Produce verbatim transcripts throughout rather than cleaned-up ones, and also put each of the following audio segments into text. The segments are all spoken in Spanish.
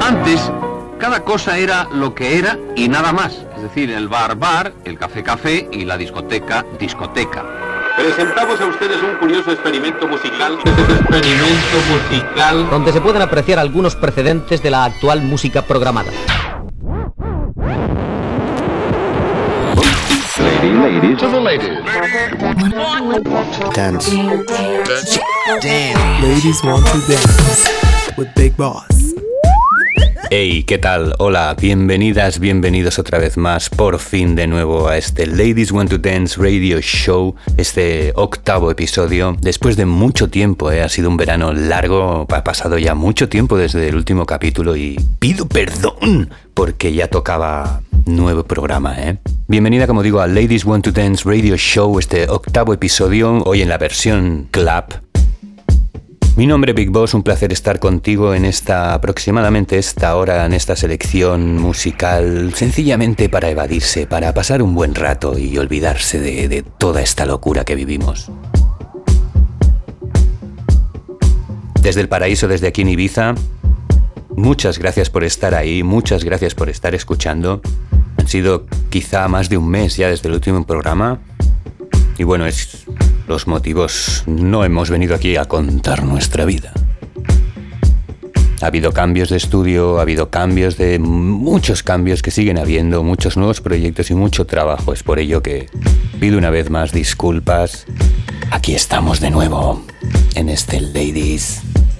Antes, cada cosa era lo que era y nada más. Es decir, el bar, bar, el café, café y la discoteca, discoteca. Presentamos a ustedes un curioso experimento musical. Experimento musical. Donde se pueden apreciar algunos precedentes de la actual música programada. Ladies, to the ladies. Dance. Dance. Damn. Ladies want to dance with Big Boss. Hey, ¿qué tal? Hola, bienvenidas, bienvenidos otra vez más, por fin de nuevo a este Ladies Want to Dance Radio Show, este octavo episodio, después de mucho tiempo, ¿eh? Ha sido un verano largo, ha pasado ya mucho tiempo desde el último capítulo y pido perdón porque ya tocaba nuevo programa, ¿eh? Bienvenida, como digo, a Ladies Want to Dance Radio Show, este octavo episodio, hoy en la versión Club. Mi nombre es Big Boss, un placer estar contigo en esta, aproximadamente esta hora, en esta selección musical, sencillamente para evadirse, para pasar un buen rato y olvidarse de, de toda esta locura que vivimos. Desde el paraíso, desde aquí en Ibiza, muchas gracias por estar ahí, muchas gracias por estar escuchando. Han sido quizá más de un mes ya desde el último programa. Y bueno, es los motivos. No hemos venido aquí a contar nuestra vida. Ha habido cambios de estudio, ha habido cambios de... muchos cambios que siguen habiendo, muchos nuevos proyectos y mucho trabajo. Es por ello que pido una vez más disculpas. Aquí estamos de nuevo en este Ladies.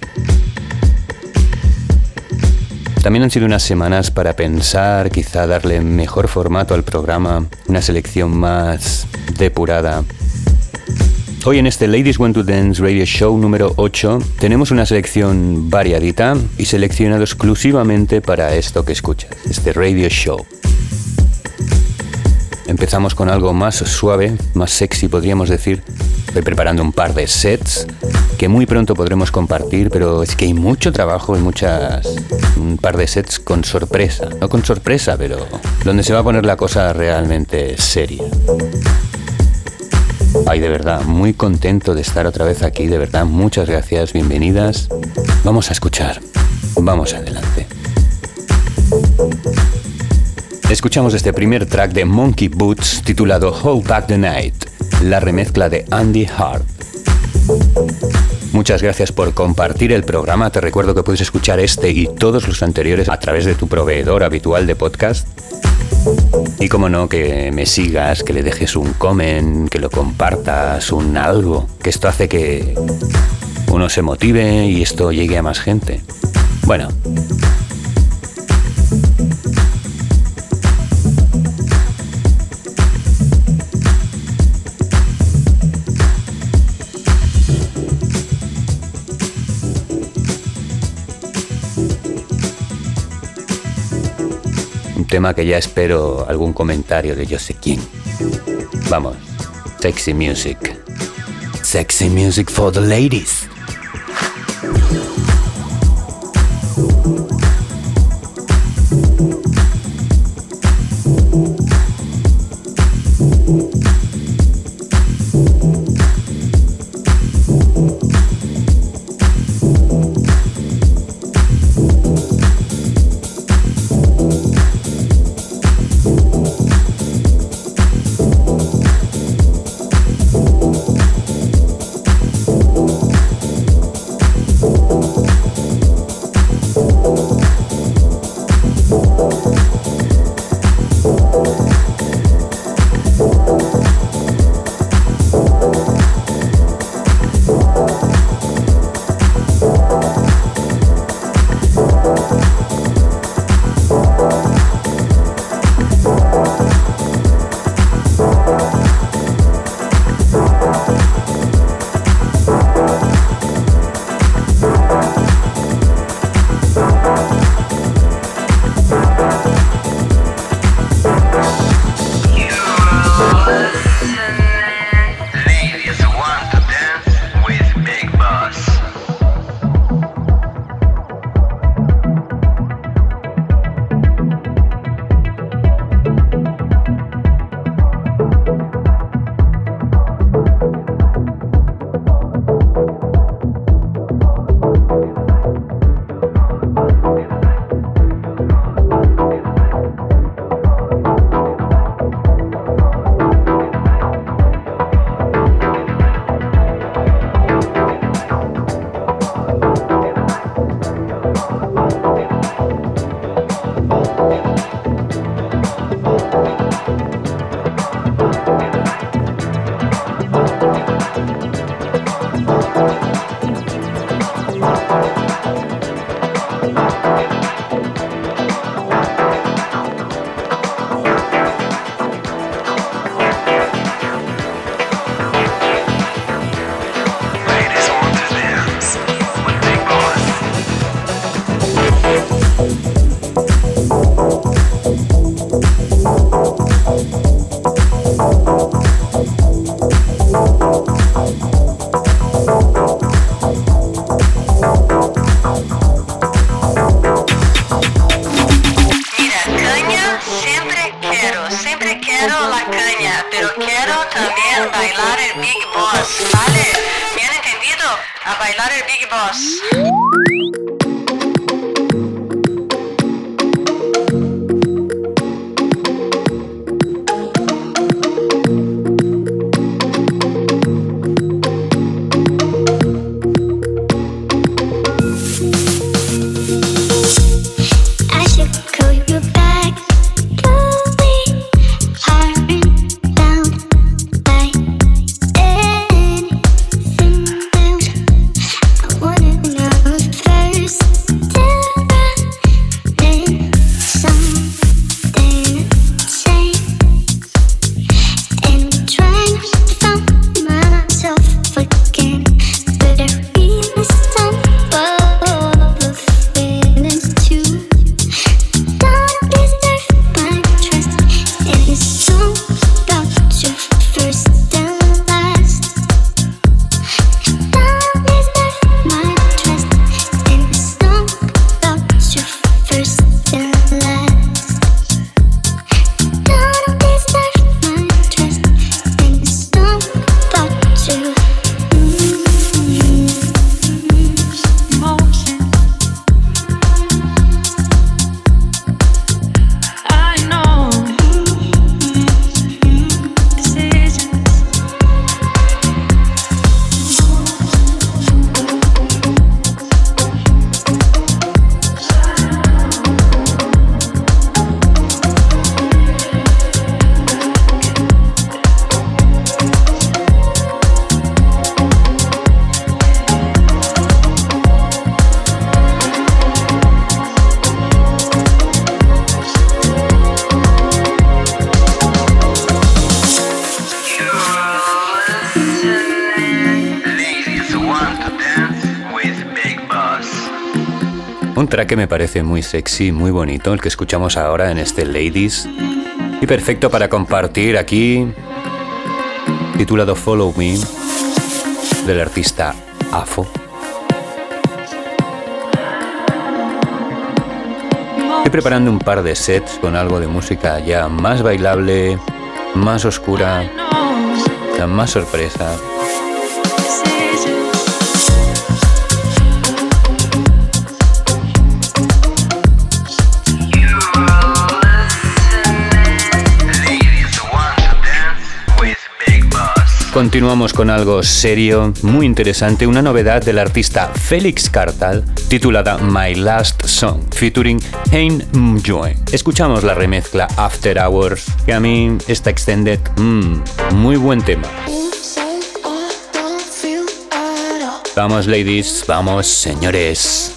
También han sido unas semanas para pensar, quizá darle mejor formato al programa, una selección más depurada. Hoy en este Ladies Want to Dance Radio Show número ocho tenemos una selección variadita y seleccionado exclusivamente para esto que escuchas, este Radio Show. Empezamos con algo más suave, más sexy podríamos decir. Estoy preparando un par de sets que muy pronto podremos compartir, pero es que hay mucho trabajo y muchas... un par de sets con sorpresa. No con sorpresa, pero donde se va a poner la cosa realmente seria. Ay, de verdad, muy contento de estar otra vez aquí, de verdad, muchas gracias, bienvenidas. Vamos a escuchar, vamos adelante. Escuchamos este primer track de Monkey Boots titulado Hold Back the Night, la remezcla de Andy Hart. Muchas gracias por compartir el programa. Te recuerdo que puedes escuchar este y todos los anteriores a través de tu proveedor habitual de podcast. Y como no, que me sigas, que le dejes un comment, que lo compartas, un algo, que esto hace que uno se motive y esto llegue a más gente. Bueno. Tema que ya espero algún comentario de yo sé quién. Vamos, sexy music. Sexy music for the ladies. bailar el Big Boss, ¿vale? ¿Me han entendido? A bailar el Big Boss. Un track que me parece muy sexy, muy bonito, el que escuchamos ahora en este Ladies, y perfecto para compartir aquí, titulado Follow Me, del artista Afo. Estoy preparando un par de sets con algo de música ya más bailable, más oscura, más sorpresa. Continuamos con algo serio, muy interesante, una novedad del artista Felix Cartal, titulada My Last Song, featuring Hein Mjoe. Escuchamos la remezcla After Hours, que a mí está extended, mmm, muy buen tema. Vamos ladies, vamos señores.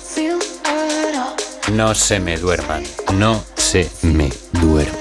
No se me duerman, no se me duerman.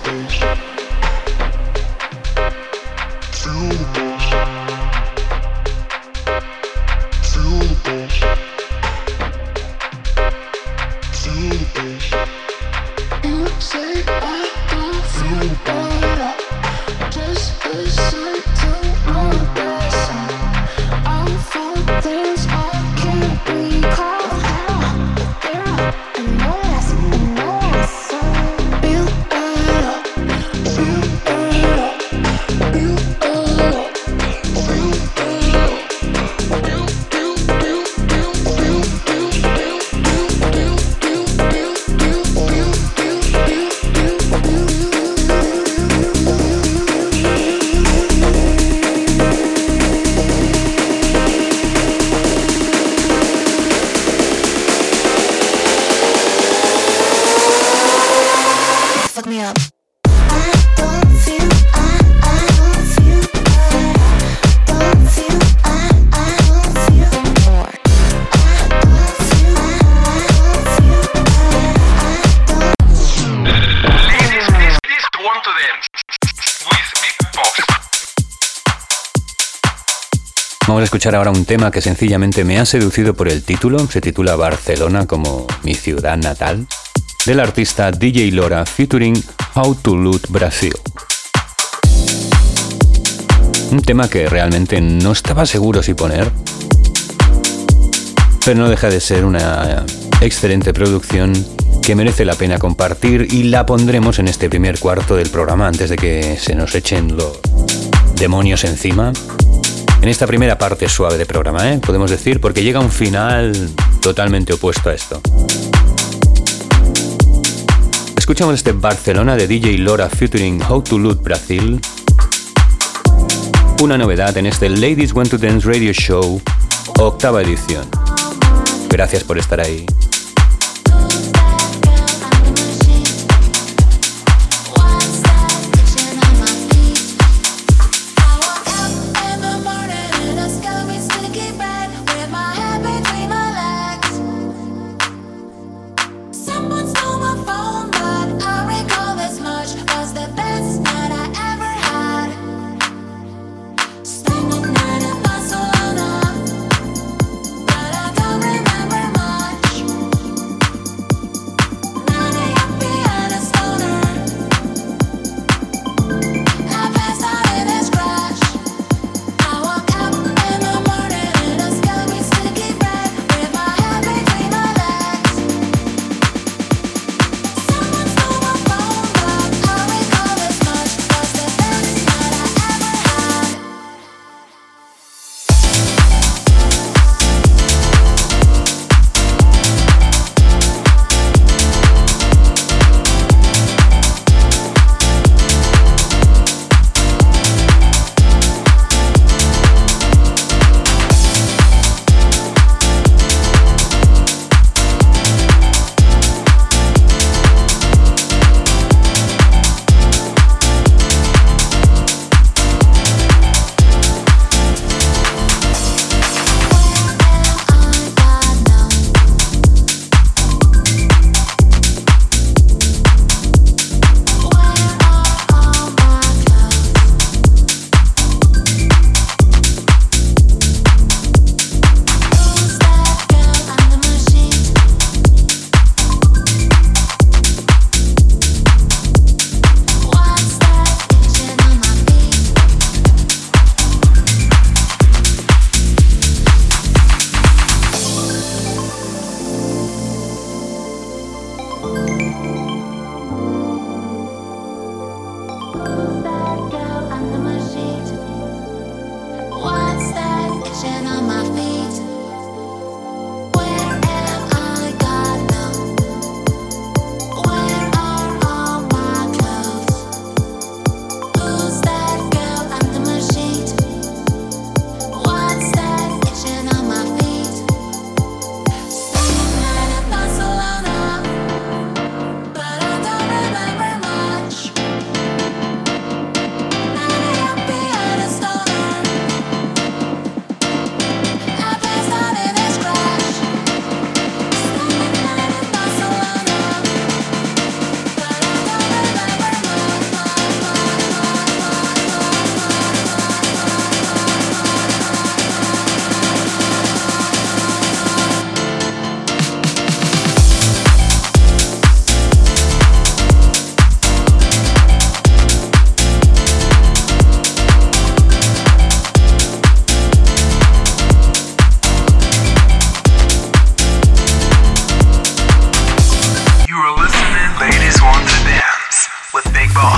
Vamos a escuchar ahora un tema que sencillamente me ha seducido por el título. Se titula Barcelona, como mi ciudad natal, del artista D J Lora featuring How to Loot Brasil. Un tema que realmente no estaba seguro si poner, pero no deja de ser una excelente producción que merece la pena compartir, y la pondremos en este primer cuarto del programa antes de que se nos echen los demonios encima. En esta primera parte suave de programa, ¿eh? Podemos decir, porque llega un final totalmente opuesto a esto. Escuchamos este Barcelona de D J Lora featuring How to Loot Brasil. Una novedad en este Ladies Want to Dance Radio Show, octava edición. Gracias por estar ahí.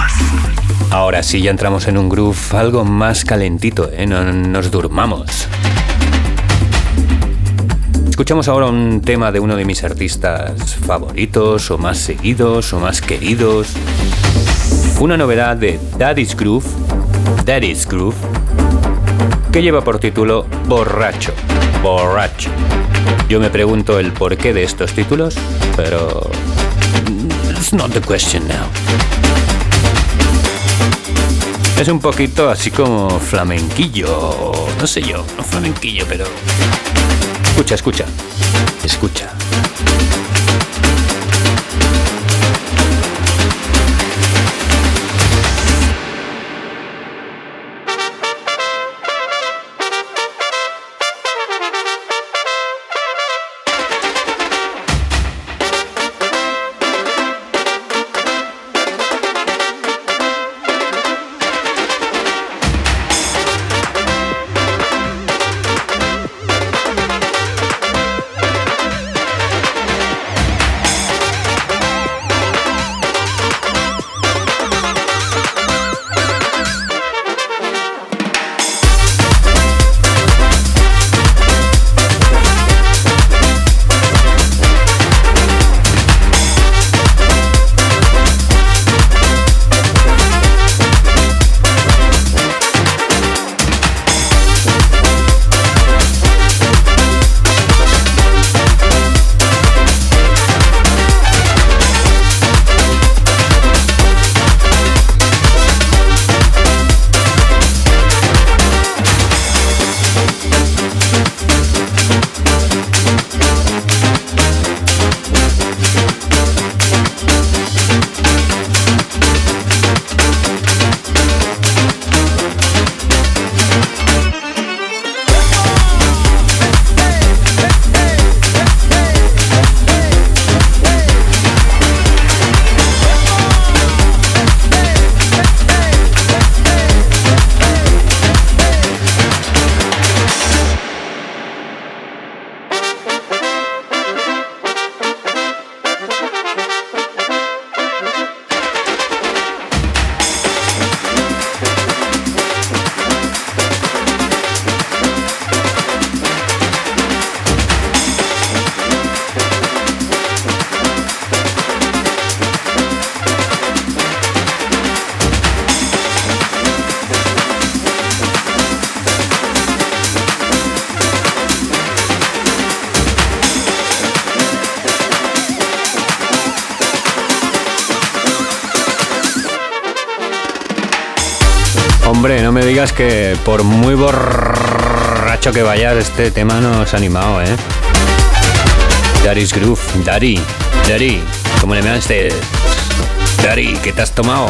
Ahora sí ya entramos en un groove algo más calentito, ¿eh? No nos durmamos. Escuchamos ahora un tema de uno de mis artistas favoritos, o más seguidos, o más queridos. Una novedad de Daddy's Groove, Daddy's Groove, que lleva por título Borracho, Borracho. Yo me pregunto el porqué de estos títulos, pero it's not the question now. Es un poquito así como flamenquillo, no sé yo, no flamenquillo, pero... Escucha, escucha, escucha. Hombre, no me digas que por muy borracho que vayas, este tema no os ha animado, ¿eh? Daddy's Groove, Daddy, Daddy, ¿cómo le llaman este? Daddy, ¿qué te has tomado?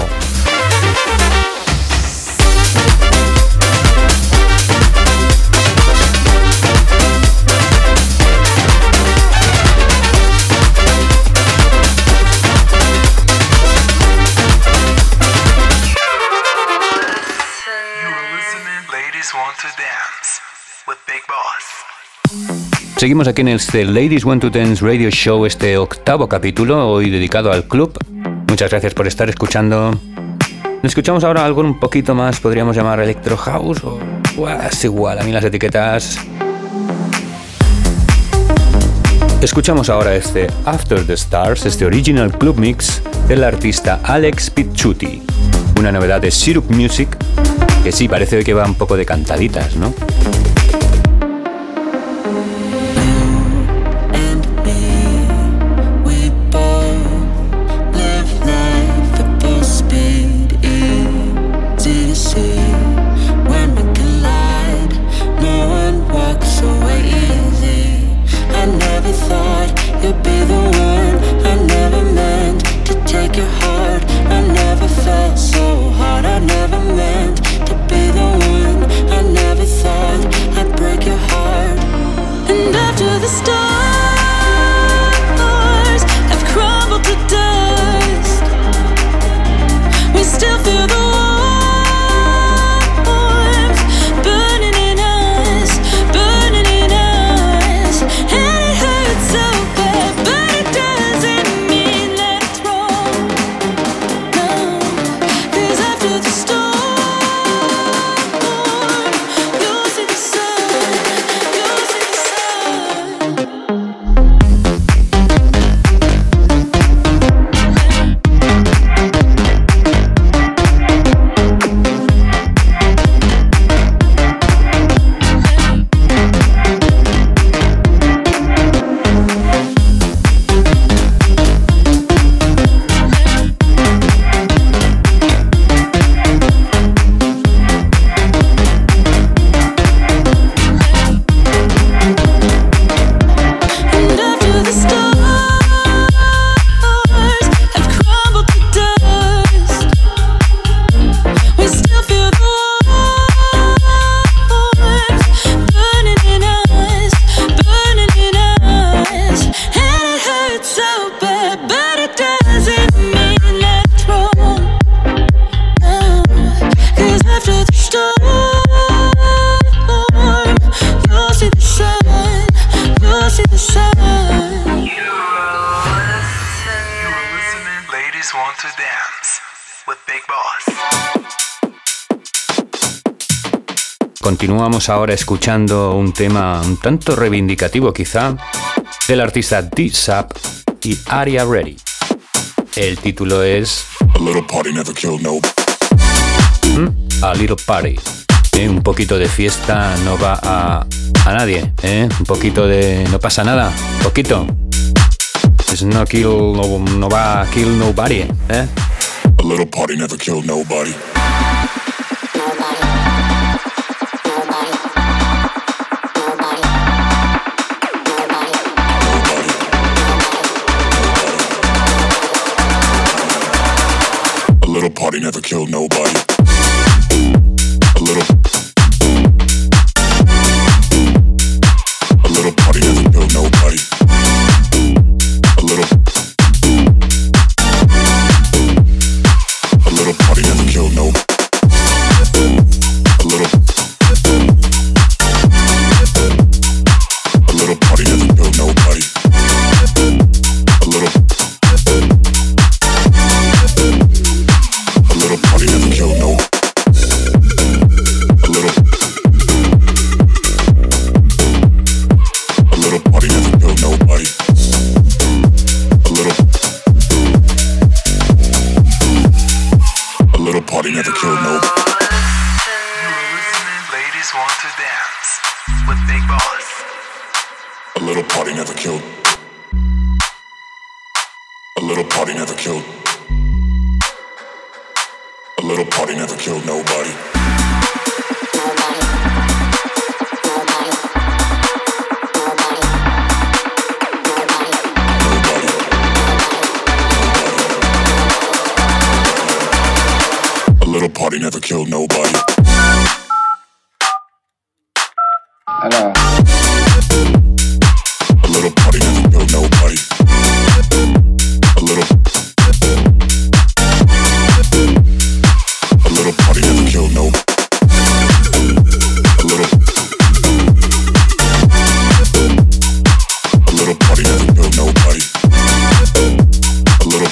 Seguimos aquí en este Ladies Want to Dance Radio Show, este octavo capítulo, hoy dedicado al club. Muchas gracias por estar escuchando. Escuchamos ahora algo un poquito más, podríamos llamar Electro House, o buah, es igual, a mí las etiquetas. Escuchamos ahora este After the Stars, este Original Club Mix del artista Alex Picciuti. Una novedad de Syrup Music, que sí, parece que va un poco de cantaditas, ¿no? So hard, I never meant to be the one. I never thought I'd continuamos ahora escuchando un tema un tanto reivindicativo quizá del artista D-Sap y Aria Ready. El título es A Little Party Never Killed No. ¿Mm? A Little Party. ¿Eh? Un poquito de fiesta no va a, a nadie. ¿Eh? Un poquito de... no pasa nada. Poquito. Es no kill... no, no va a kill nobody. ¿Eh? A little party never killed nobody. A little party never killed nobody. A little A little party never killed nobody. A little A little party never killed no. A little A little party never killed nobody. A little A little party never killed no. A little A little party never killed nobody. A little A little party never killed nobody. Ladies want to dance with Big Boss. A little party never killed. A little party never killed. A little party never killed nobody. A little party never killed nobody. Hello. A little party never killed nobody. A little A little party never killed no. A little A little party never killed nobody. A little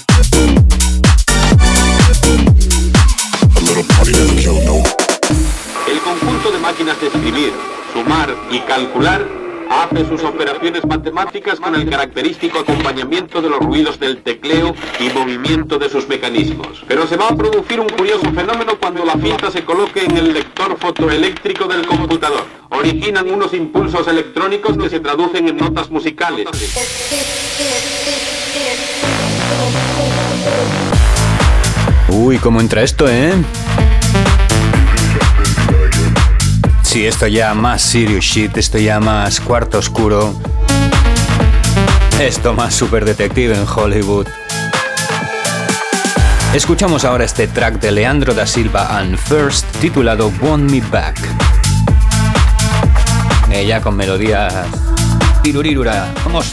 A little party never killed no. El conjunto de máquinas de escribir, sumar y calcular hace sus operaciones matemáticas con el característico acompañamiento de los ruidos del tecleo y movimiento de sus mecanismos. Pero se va a producir un curioso fenómeno cuando la cinta se coloque en el lector fotoeléctrico del computador. Originan unos impulsos electrónicos que se traducen en notas musicales. Uy, ¿cómo entra esto, eh? Sí, esto ya más serious shit, esto ya más cuarto oscuro. Esto más super detective en Hollywood. Escuchamos ahora este track de Leandro da Silva and First titulado Want Me Back. Ella con melodías tirurirura. Vamos.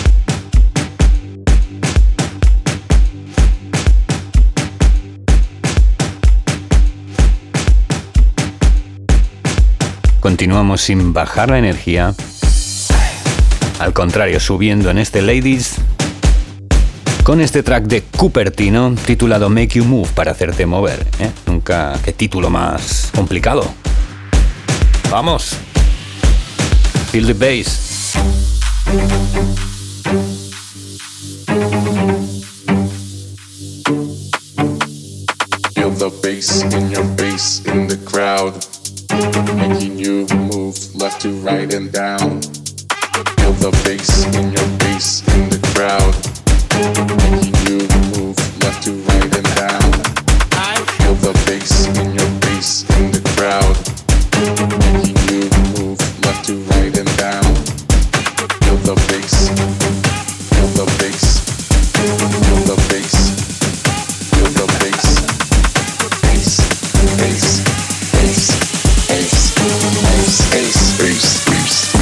continuamos sin bajar la energía. Al contrario, subiendo en este Ladies con este track de Cupertino titulado Make You Move, para hacerte mover, ¿eh? Nunca, qué título más complicado. ¡Vamos! Feel the bass. Feel the bass in your face in the crowd, making you move left to right and down. Feel the bass in your face in the crowd, making you move left to right and down. Feel the bass in your face in the crowd, making you move left to right and down. Feel the bass, feel the bass, feel the bass, feel the bass, bass, bass, bass, bass, bass, bass, bass, bass,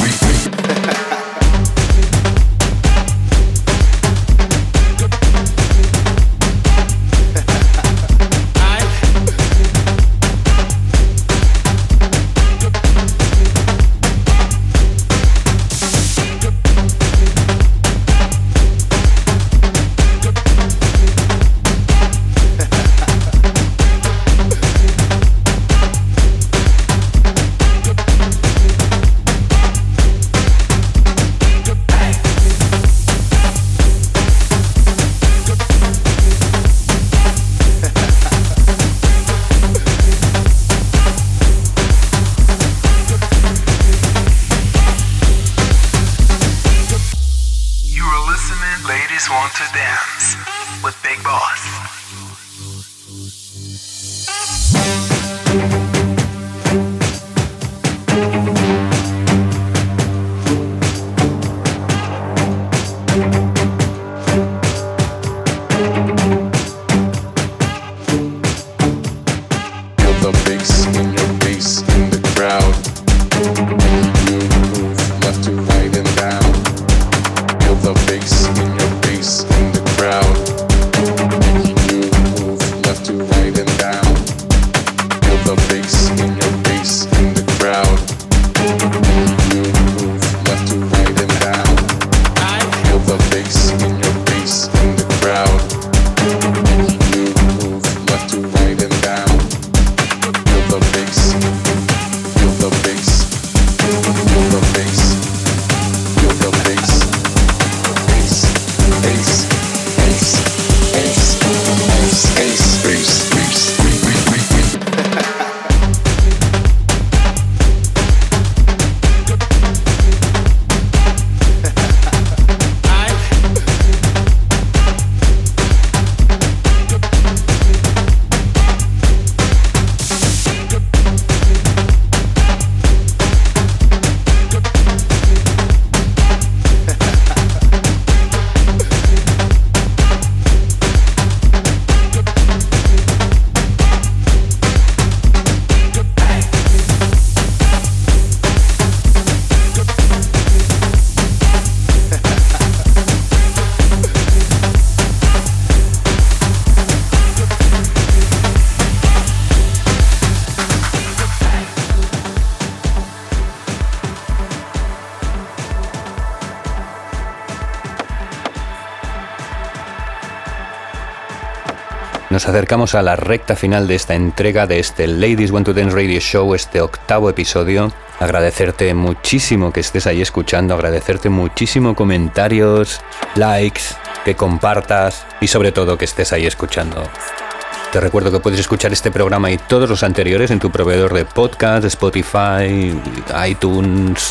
Nos acercamos a la recta final de esta entrega de este Ladies Want to Dance Radio Show, este octavo episodio. Agradecerte muchísimo que estés ahí escuchando, agradecerte muchísimo comentarios, likes, que compartas y sobre todo que estés ahí escuchando. Te recuerdo que puedes escuchar este programa y todos los anteriores en tu proveedor de podcast, Spotify, iTunes,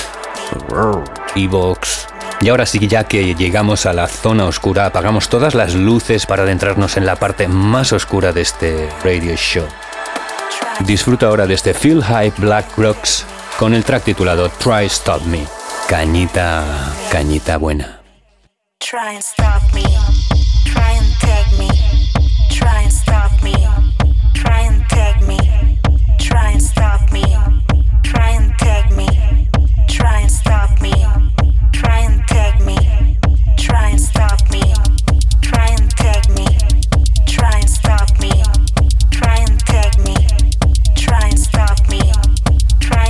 iVoox. Y ahora sí, ya que llegamos a la zona oscura, apagamos todas las luces para adentrarnos en la parte más oscura de este radio show. Disfruta ahora de este Feel High Black Rocks con el track titulado Try Stop Me. Cañita, cañita buena. Try and stop me, try and take me, try and stop me, try and take me, try and stop me, try and take me, try and stop me, try and take me, try and stop me, try and take me, try and stop me, try and take me, try and stop me, try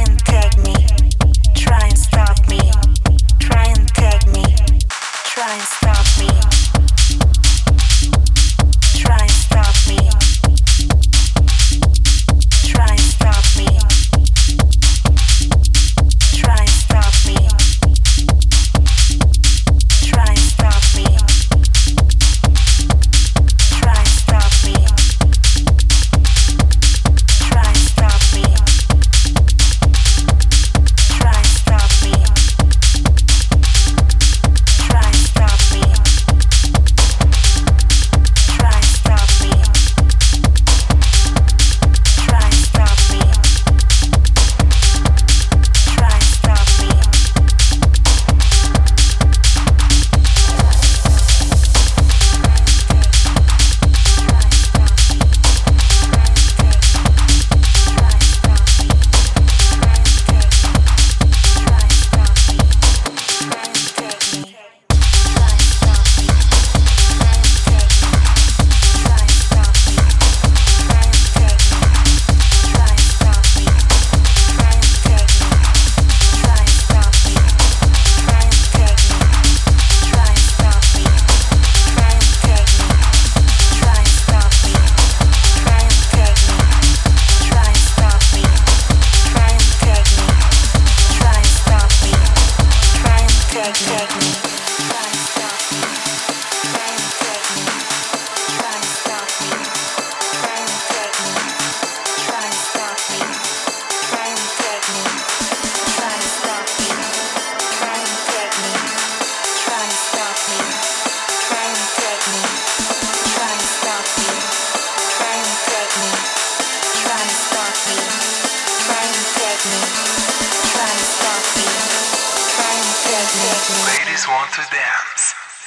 me, try and stop me, try and take me. Ladies want to dance.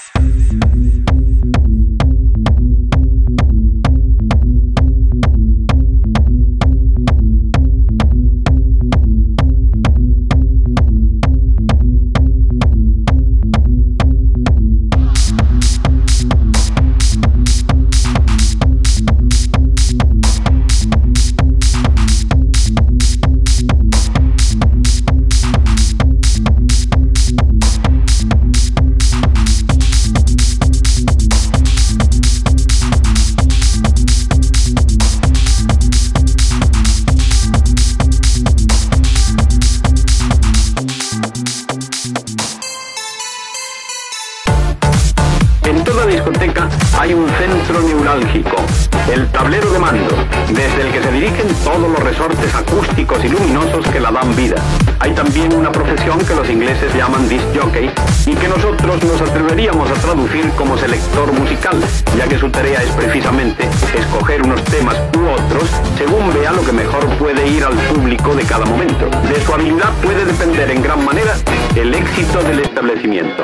Hay un centro neurálgico, el tablero de mando, desde el que se dirigen todos los resortes acústicos y luminosos que la dan vida. Hay también una profesión que los ingleses llaman disc jockey y que nosotros nos atreveríamos a traducir como selector musical, ya que su tarea es precisamente escoger unos temas u otros según vea lo que mejor puede ir al público de cada momento. De su habilidad puede depender en gran manera el éxito del establecimiento.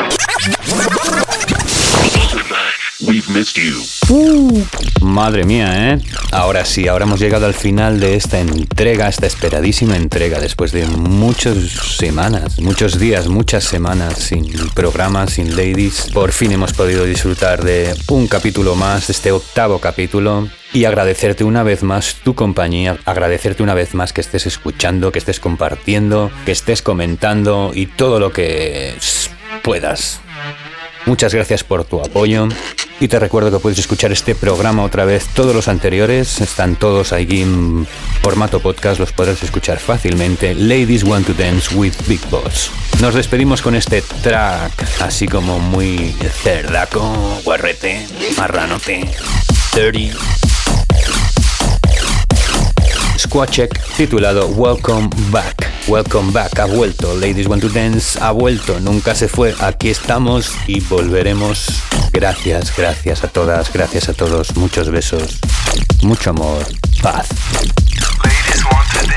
We've missed you. Uh, madre mía, ¿eh? Ahora sí, ahora hemos llegado al final de esta entrega, esta esperadísima entrega, después de muchas semanas, muchos días, muchas semanas sin programas, sin ladies. Por fin hemos podido disfrutar de un capítulo más, este octavo capítulo. Y agradecerte una vez más tu compañía, agradecerte una vez más que estés escuchando, que estés compartiendo, que estés comentando y todo lo que puedas. Muchas gracias por tu apoyo y te recuerdo que puedes escuchar este programa otra vez. Todos los anteriores están todos aquí en formato podcast, los podrás escuchar fácilmente. Ladies Want to Dance with Big Boss. Nos despedimos con este track así como muy cerdaco, guarrete, marranote, dirty. Squatcheck titulado Welcome Back. Welcome Back, ha vuelto. Ladies Want to Dance ha vuelto. Nunca se fue. Aquí estamos y volveremos. Gracias, gracias a todas, gracias a todos. Muchos besos, mucho amor, paz. Ladies want to